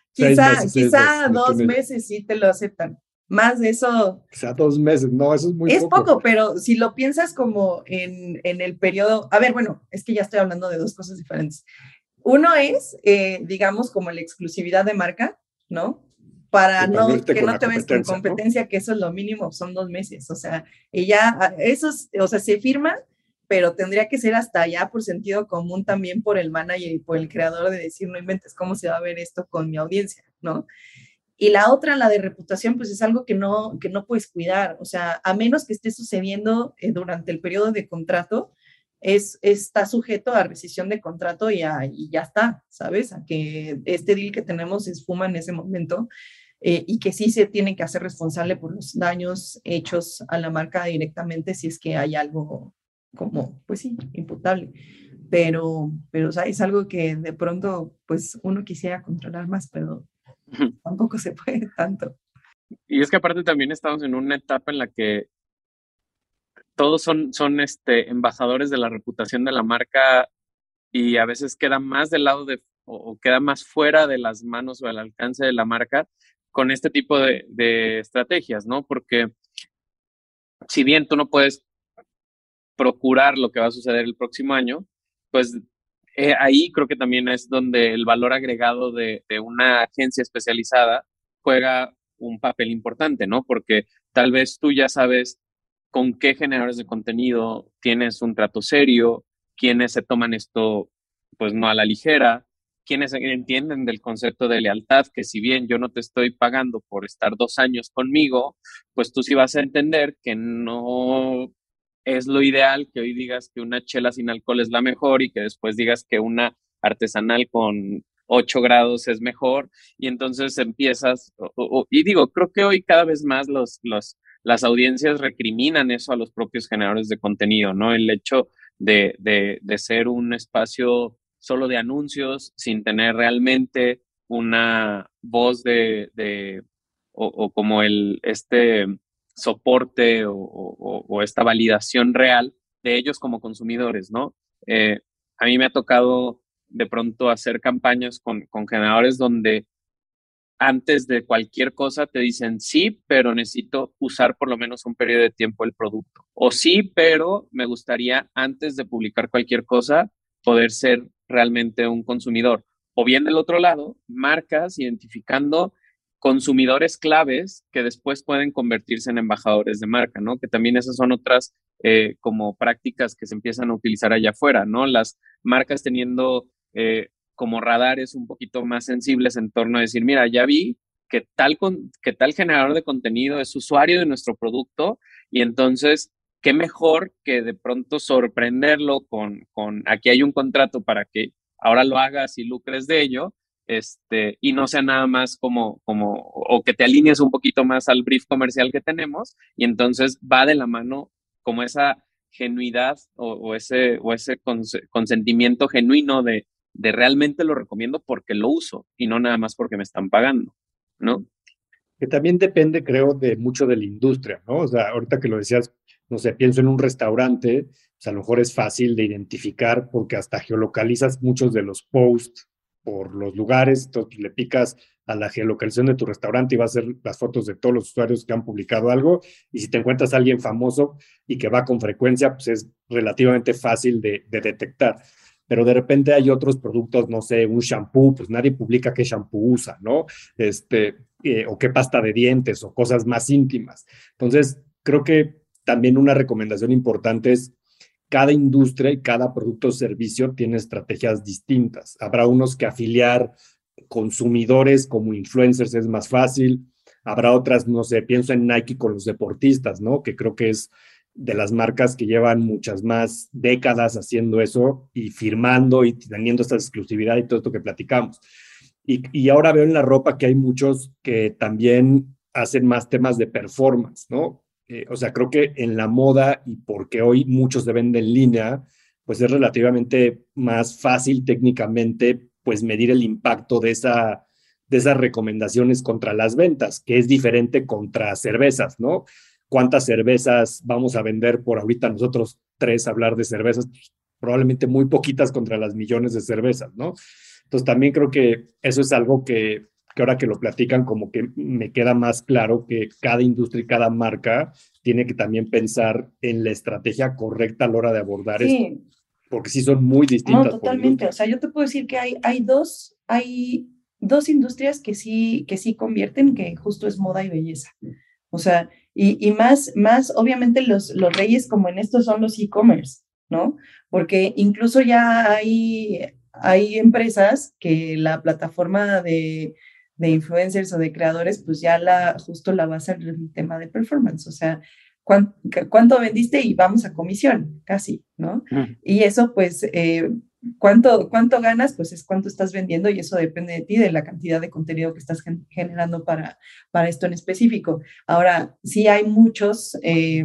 2 meses sí te lo aceptan. Más de eso, Quizá 2 meses, no, eso es muy es poco. poco, pero si lo piensas como en el periodo, a ver, bueno, es que ya estoy hablando de dos cosas diferentes. Uno es, digamos, como la exclusividad de marca, ¿no? Para Sí, para no irte que con no la te ves con competencia, ¿no? Que eso es lo mínimo, son 2 meses, o sea, y ya, o sea, se firma, pero tendría que ser hasta allá por sentido común también por el manager y por el creador de decir, no inventes cómo se va a ver esto con mi audiencia, ¿no? Y la otra, la de reputación, pues es algo que no puedes cuidar, o sea, a menos que esté sucediendo durante el periodo de contrato, está sujeto a rescisión de contrato y ya está, ¿sabes? A que este deal que tenemos se esfuma en ese momento y que sí se tiene que hacer responsable por los daños hechos a la marca directamente si es que hay algo como, pues sí, imputable. Pero o sea, es algo que de pronto, pues uno quisiera controlar más, pero tampoco se puede tanto. Y es que aparte también estamos en una etapa en la que todos son embajadores de la reputación de la marca y a veces queda más del lado o queda más fuera de las manos o al alcance de la marca con este tipo de estrategias, ¿no? Porque si bien tú no puedes procurar lo que va a suceder el próximo año, pues ahí creo que también es donde el valor agregado de una agencia especializada juega un papel importante, ¿no? Porque tal vez tú ya sabes con qué generadores de contenido tienes un trato serio, quiénes se toman esto pues no a la ligera, quienes entienden del concepto de lealtad, que si bien yo no te estoy pagando por estar 2 años conmigo, pues tú sí vas a entender que no es lo ideal que hoy digas que una chela sin alcohol es la mejor y que después digas que una artesanal con 8 grados es mejor y entonces empiezas, y digo, creo que hoy cada vez más las audiencias recriminan eso a los propios generadores de contenido, ¿no? El hecho de ser un espacio solo de anuncios, sin tener realmente una voz o como este soporte o esta validación real de ellos como consumidores, ¿no? A mí me ha tocado de pronto hacer campañas con generadores donde antes de cualquier cosa te dicen sí, pero necesito usar por lo menos un periodo de tiempo el producto. O sí, pero me gustaría antes de publicar cualquier cosa poder ser realmente un consumidor. O bien del otro lado, marcas identificando consumidores claves que después pueden convertirse en embajadores de marca, ¿no? Que también esas son otras como prácticas que se empiezan a utilizar allá afuera, ¿no? Las marcas teniendo como radares un poquito más sensibles en torno a decir, mira, ya vi que tal generador de contenido es usuario de nuestro producto y entonces, qué mejor que de pronto sorprenderlo con aquí hay un contrato para que ahora lo hagas y lucres de ello, y no sea nada más o que te alinees un poquito más al brief comercial que tenemos y entonces va de la mano como esa genuidad o ese consentimiento genuino de realmente lo recomiendo porque lo uso y no nada más porque me están pagando, ¿no? Que también depende, creo, de mucho de la industria, ¿no? O sea, ahorita que lo decías, no sé, pienso en un restaurante, pues a lo mejor es fácil de identificar porque hasta geolocalizas muchos de los posts por los lugares, entonces le picas a la geolocalización de tu restaurante y va a ser las fotos de todos los usuarios que han publicado algo, y si te encuentras a alguien famoso y que va con frecuencia, pues es relativamente fácil de detectar. Pero de repente hay otros productos, no sé, un shampoo, pues nadie publica qué shampoo usa, ¿no? O qué pasta de dientes o cosas más íntimas. Entonces, creo que también una recomendación importante es cada industria y cada producto o servicio tiene estrategias distintas. Habrá unos que afiliar consumidores como influencers es más fácil. Habrá otras, no sé, pienso en Nike con los deportistas, ¿no? Que creo que es de las marcas que llevan muchas más décadas haciendo eso y firmando y teniendo esta exclusividad y todo esto que platicamos. Y ahora veo en la ropa que hay muchos que también hacen más temas de performance, ¿no? O sea, creo que en la moda y porque hoy muchos se venden en línea, pues es relativamente más fácil técnicamente pues medir el impacto de esas recomendaciones contra las ventas, que es diferente contra cervezas, ¿no? ¿Cuántas cervezas vamos a vender por ahorita nosotros tres hablar de cervezas? Pues, probablemente muy poquitas contra las millones de cervezas, ¿no? Entonces también creo que eso es algo que ahora que lo platican como que me queda más claro que cada industria y cada marca tiene que también pensar en la estrategia correcta a la hora de abordar esto, porque sí son muy distintas. No, totalmente. O sea, yo te puedo decir que hay dos industrias que sí convierten, que justo es moda y belleza. O sea, y más obviamente los reyes como en esto son los e-commerce, ¿no? Porque incluso ya hay empresas que la plataforma de influencers o de creadores, pues ya justo la basa en el tema de performance. O sea, ¿cuánto vendiste? Y vamos a comisión, casi, ¿no? Y eso, pues, ¿cuánto ganas? Pues es cuánto estás vendiendo y eso depende de ti, de la cantidad de contenido que estás generando para esto en específico. Ahora, sí hay muchos,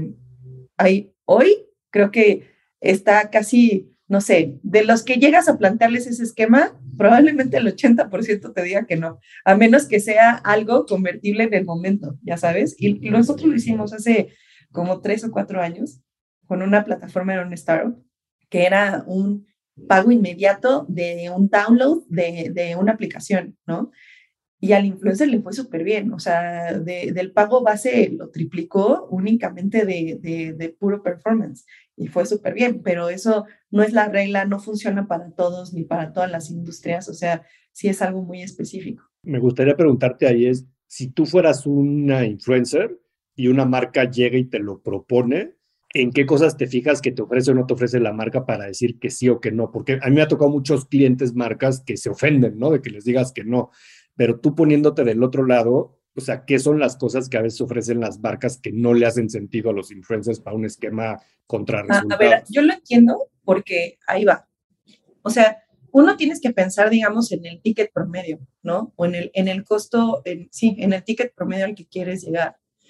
hoy creo que está casi, no sé, de los que llegas a plantearles ese esquema, probablemente el 80% te diga que no, a menos que sea algo convertible en el momento, ya sabes. Y nosotros lo hicimos hace como 3 o 4 años con una plataforma en un startup que era un pago inmediato de un download de una aplicación, ¿no? Y al influencer le fue súper bien, o sea, del pago base lo triplicó únicamente de puro performance y fue súper bien, pero eso no es la regla, no funciona para todos ni para todas las industrias, o sea, sí es algo muy específico. Me gustaría preguntarte ahí si tú fueras una influencer y una marca llega y te lo propone, ¿en qué cosas te fijas que te ofrece o no te ofrece la marca para decir que sí o que no? Porque a mí me ha tocado muchos clientes, marcas que se ofenden, ¿no? De que les digas que no. Pero tú poniéndote del otro lado, o sea, ¿qué son las cosas que a veces ofrecen las marcas que no le hacen sentido a los influencers para un esquema contra resultados? A ver, yo lo entiendo porque ahí va. O sea, uno tienes que pensar, digamos, en el ticket promedio, ¿no? O en el costo, en el ticket promedio al que quieres llegar.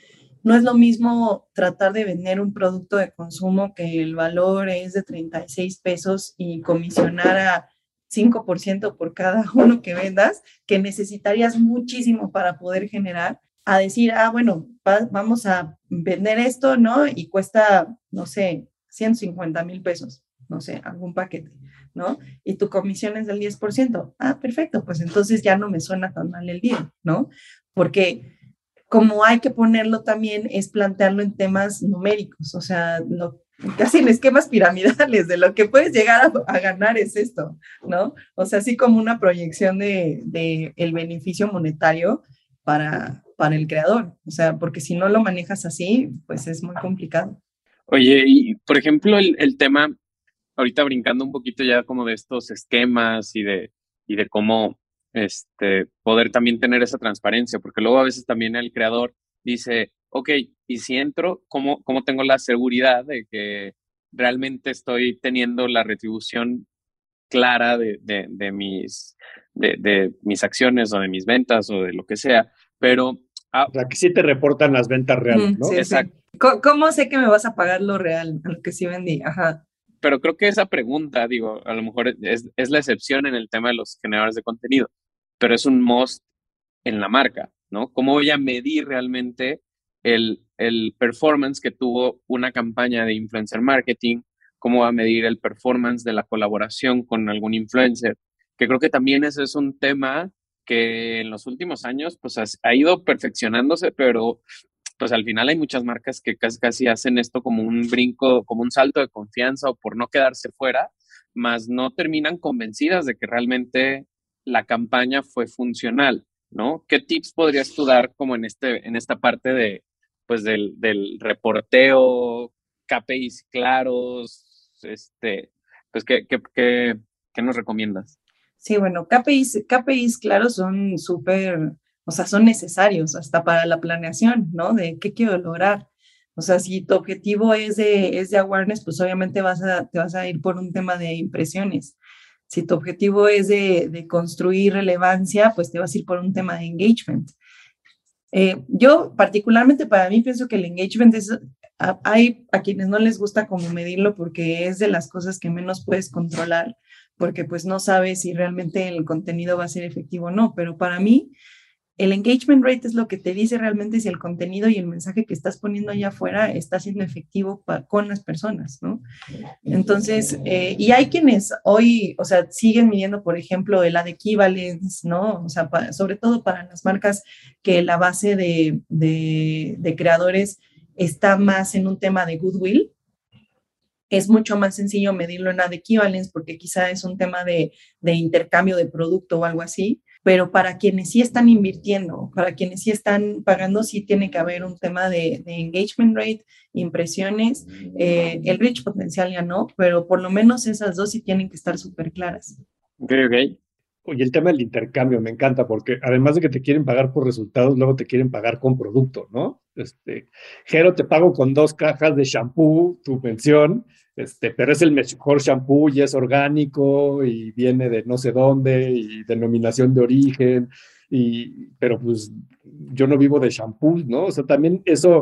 no es lo mismo tratar de vender un producto de consumo que el valor es de 36 pesos y comisionar a 5% por cada uno que vendas, que necesitarías muchísimo para poder generar, a decir, bueno, vamos a vender esto, ¿no? Y cuesta, no sé, 150,000 pesos, no sé, algún paquete, ¿no? Y tu comisión es del 10%. Perfecto, pues entonces ya no me suena tan mal el deal, ¿no? Porque como hay que ponerlo también es plantearlo en temas numéricos, o sea, casi en esquemas piramidales, de lo que puedes llegar a ganar es esto, ¿no? O sea, así como una proyección de el beneficio monetario para el creador, o sea, porque si no lo manejas así, pues es muy complicado. Oye, y por ejemplo, el tema, ahorita brincando un poquito ya como de estos esquemas y de cómo poder también tener esa transparencia, porque luego a veces también el creador dice, ok, y si entro, ¿cómo tengo la seguridad de que realmente estoy teniendo la retribución clara de mis acciones o de mis ventas o de lo que sea? Pero... o sea, que sí te reportan las ventas reales, ¿no? Sí, exacto. Sí. ¿Cómo sé que me vas a pagar lo real, a lo que sí vendí? Ajá. Pero creo que esa pregunta, digo, a lo mejor es la excepción en el tema de los generadores de contenido, pero es un must en la marca, ¿no? ¿Cómo voy a medir realmente el performance que tuvo una campaña de influencer marketing? ¿Cómo va a medir el performance de la colaboración con algún influencer? Que creo que también ese es un tema que en los últimos años pues ha ido perfeccionándose, pero pues al final hay muchas marcas que casi hacen esto como un brinco, como un salto de confianza o por no quedarse fuera, más no terminan convencidas de que realmente la campaña fue funcional, ¿no? ¿Qué tips podrías tú dar como en esta parte de, pues del reporteo, KPIs claros, pues ¿qué nos recomiendas? Sí, bueno, KPIs claros son súper, o sea, son necesarios hasta para la planeación, ¿no? De qué quiero lograr. O sea, si tu objetivo es de awareness, pues obviamente te vas a ir por un tema de impresiones. Si tu objetivo es de construir relevancia, pues te vas a ir por un tema de engagement. Yo particularmente para mí pienso que el engagement hay a quienes no les gusta como medirlo porque es de las cosas que menos puedes controlar, porque pues no sabes si realmente el contenido va a ser efectivo o no, pero para mí el engagement rate es lo que te dice realmente si el contenido y el mensaje que estás poniendo allá afuera está siendo efectivo con las personas, ¿no? Entonces, y hay quienes hoy, o sea, siguen midiendo, por ejemplo, el ad equivalence, ¿no? O sea, sobre todo para las marcas que la base de creadores está más en un tema de goodwill. Es mucho más sencillo medirlo en ad equivalence porque quizá es un tema de intercambio de producto o algo así, pero para quienes sí están invirtiendo, para quienes sí están pagando, sí tiene que haber un tema de engagement rate, impresiones, el reach potencial ya no, pero por lo menos esas dos sí tienen que estar súper claras. Ok. Oye, el tema del intercambio me encanta porque además de que te quieren pagar por resultados, luego te quieren pagar con producto, ¿no? Jero, te pago con 2 cajas de shampoo, tu pensión, pero es el mejor shampoo y es orgánico y viene de no sé dónde y denominación de origen, pero pues yo no vivo de shampoo, ¿no? O sea, también eso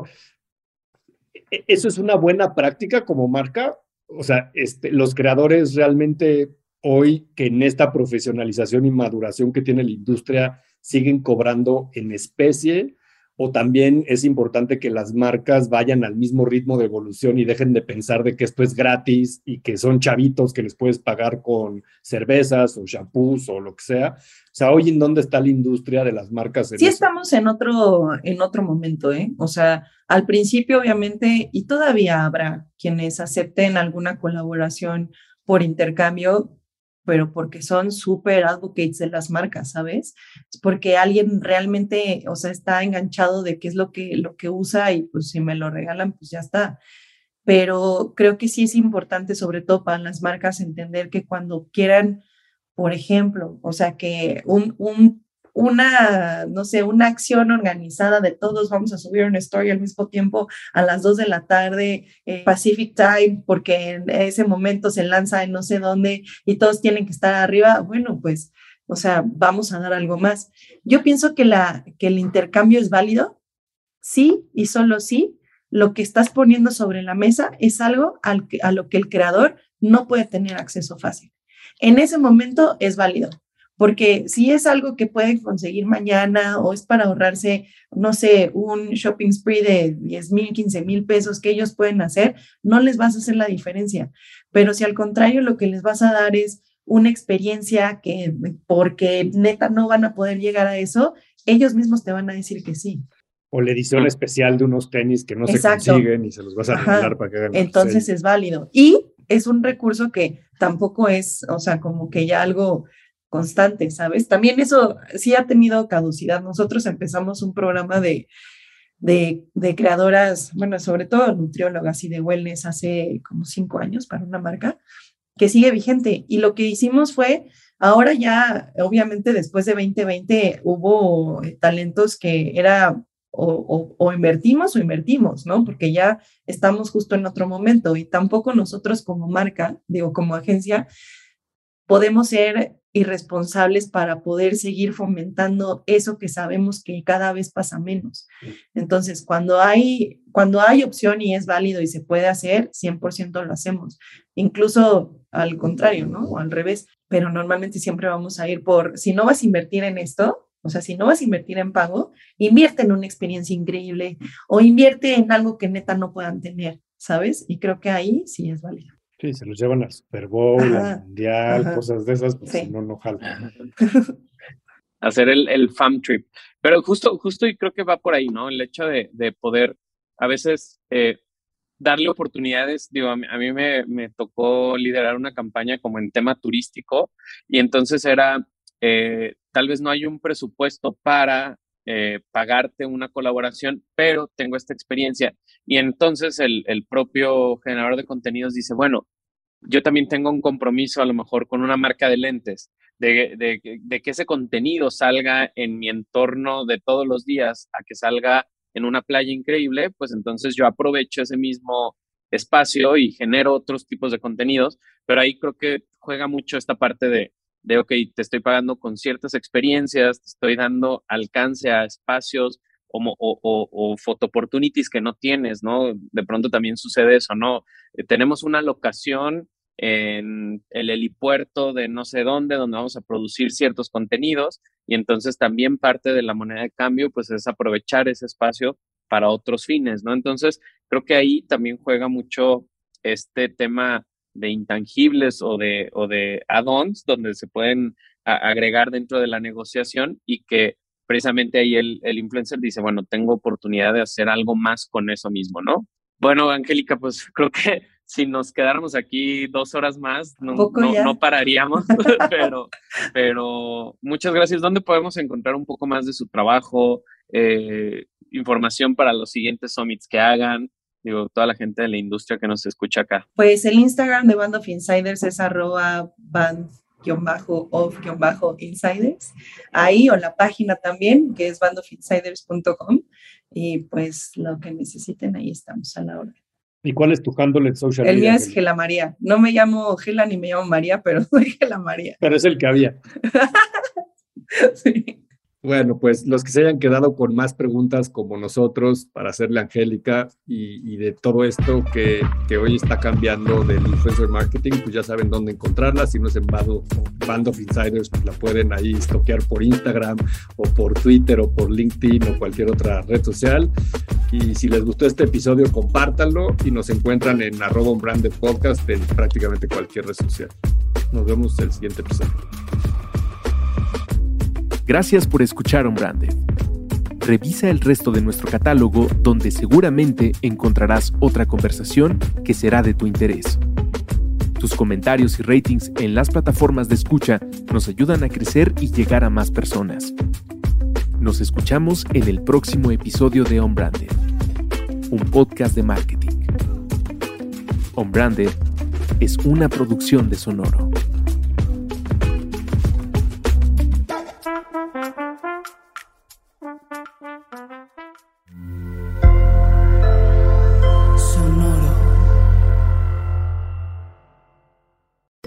es una buena práctica como marca. O sea, los creadores realmente hoy que en esta profesionalización y maduración que tiene la industria siguen cobrando en especie, o también es importante que las marcas vayan al mismo ritmo de evolución y dejen de pensar de que esto es gratis y que son chavitos que les puedes pagar con cervezas o shampoos o lo que sea. O sea, hoy en dónde está la industria de las marcas. Sí, estamos en otro momento, ¿eh? O sea, al principio obviamente, y todavía habrá quienes acepten alguna colaboración por intercambio, pero porque son súper advocates de las marcas, ¿sabes? Porque alguien realmente, o sea, está enganchado de qué es lo que usa y pues si me lo regalan, pues ya está. Pero creo que sí es importante, sobre todo para las marcas, entender que cuando quieran, por ejemplo, o sea, que no sé, una acción organizada de todos, vamos a subir una story al mismo tiempo a las 2 de la tarde, Pacific Time, porque en ese momento se lanza en no sé dónde y todos tienen que estar arriba, bueno, pues, o sea, vamos a dar algo más. Yo pienso que el intercambio es válido sí y solo sí, lo que estás poniendo sobre la mesa es algo a lo que el creador no puede tener acceso fácil. En ese momento es válido, porque si es algo que pueden conseguir mañana o es para ahorrarse, no sé, un shopping spree de 10,000, 15,000 pesos que ellos pueden hacer, no les vas a hacer la diferencia. Pero si al contrario lo que les vas a dar es una experiencia que, porque neta no van a poder llegar a eso, ellos mismos te van a decir que sí. O la edición especial de unos tenis que no Exacto. se consiguen y se los vas a regalar para que hagan. Entonces es válido. Y es un recurso que tampoco es, o sea, como que ya algo constante, ¿sabes? También eso sí ha tenido caducidad. Nosotros empezamos un programa de creadoras, bueno, sobre todo nutriólogas y de wellness hace como 5 años para una marca que sigue vigente. Y lo que hicimos fue, ahora ya, obviamente después de 2020 hubo talentos que era o invertimos, ¿no? Porque ya estamos justo en otro momento y tampoco nosotros como marca, digo, como agencia, podemos ser irresponsables para poder seguir fomentando eso que sabemos que cada vez pasa menos. Entonces, cuando hay opción y es válido y se puede hacer, 100% lo hacemos. Incluso al contrario, ¿no? O al revés. Pero normalmente siempre vamos a ir por, si no vas a invertir en esto, o sea, si no vas a invertir en pago, invierte en una experiencia increíble o invierte en algo que neta no puedan tener, ¿sabes? Y creo que ahí sí es válido. Sí, se los llevan al Super Bowl, al Mundial, cosas de esas, pues si no, no jalan. Hacer el fam trip. Pero justo y creo que va por ahí, ¿no? El hecho de poder a veces darle oportunidades. Digo, a mí me tocó liderar una campaña como en tema turístico y entonces era, tal vez no hay un presupuesto para pagarte una colaboración, pero tengo esta experiencia. Y entonces el propio generador de contenidos dice, bueno, yo también tengo un compromiso a lo mejor con una marca de lentes, de que ese contenido salga en mi entorno de todos los días a que salga en una playa increíble, pues entonces yo aprovecho ese mismo espacio y genero otros tipos de contenidos, pero ahí creo que juega mucho esta parte de ok, te estoy pagando con ciertas experiencias, te estoy dando alcance a espacios o photo opportunities que no tienes, ¿no? De pronto también sucede eso, ¿no? Tenemos una locación en el helipuerto de no sé dónde, donde vamos a producir ciertos contenidos y entonces también parte de la moneda de cambio, pues es aprovechar ese espacio para otros fines, ¿no? Entonces, creo que ahí también juega mucho este tema de intangibles o de add-ons donde se pueden agregar dentro de la negociación y que precisamente ahí el influencer dice, bueno, tengo oportunidad de hacer algo más con eso mismo, ¿no? Bueno, Angélica, pues creo que si nos quedáramos aquí 2 horas más, no pararíamos, pero muchas gracias. ¿Dónde podemos encontrar un poco más de su trabajo, información para los siguientes summits que hagan? Digo, toda la gente de la industria que nos escucha acá. Pues el Instagram de Band of Insiders es @band_of_insiders. Ahí, o la página también, que es bandofinsiders.com. Y pues lo que necesiten, ahí estamos a la hora. ¿Y cuál es tu handle en social media? El mío es Gela María. No me llamo Gela ni me llamo María, pero soy Gela María. Pero es el que había. Sí. Bueno, pues los que se hayan quedado con más preguntas como nosotros para hacerle a Angélica y de todo esto que hoy está cambiando del influencer marketing, pues ya saben dónde encontrarla. Si no es en Band of Insiders, pues la pueden ahí stalkear por Instagram o por Twitter o por LinkedIn o cualquier otra red social. Y si les gustó este episodio, compártanlo y nos encuentran en @unbrandedpodcast en prácticamente cualquier red social. Nos vemos en el siguiente episodio. Gracias por escuchar Unbranded. Revisa el resto de nuestro catálogo donde seguramente encontrarás otra conversación que será de tu interés. Tus comentarios y ratings en las plataformas de escucha nos ayudan a crecer y llegar a más personas. Nos escuchamos en el próximo episodio de Unbranded, un podcast de marketing. Unbranded es una producción de Sonoro.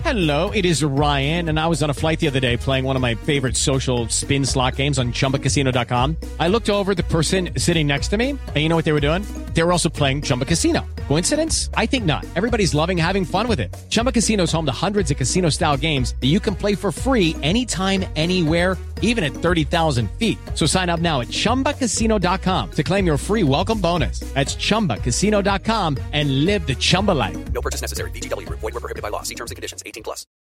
Hello, it is Ryan, and I was on a flight the other day playing one of my favorite social spin slot games on ChumbaCasino.com. I looked over at the person sitting next to me, and you know what they were doing? They were also playing Chumba Casino. Coincidence? I think not. Everybody's loving having fun with it. Chumba Casino is home to hundreds of casino-style games that you can play for free anytime, anywhere, even at 30,000 feet. So sign up now at ChumbaCasino.com to claim your free welcome bonus. That's ChumbaCasino.com and live the Chumba life. No purchase necessary. VGW Group. Void where prohibited by law. See terms and conditions. 18+.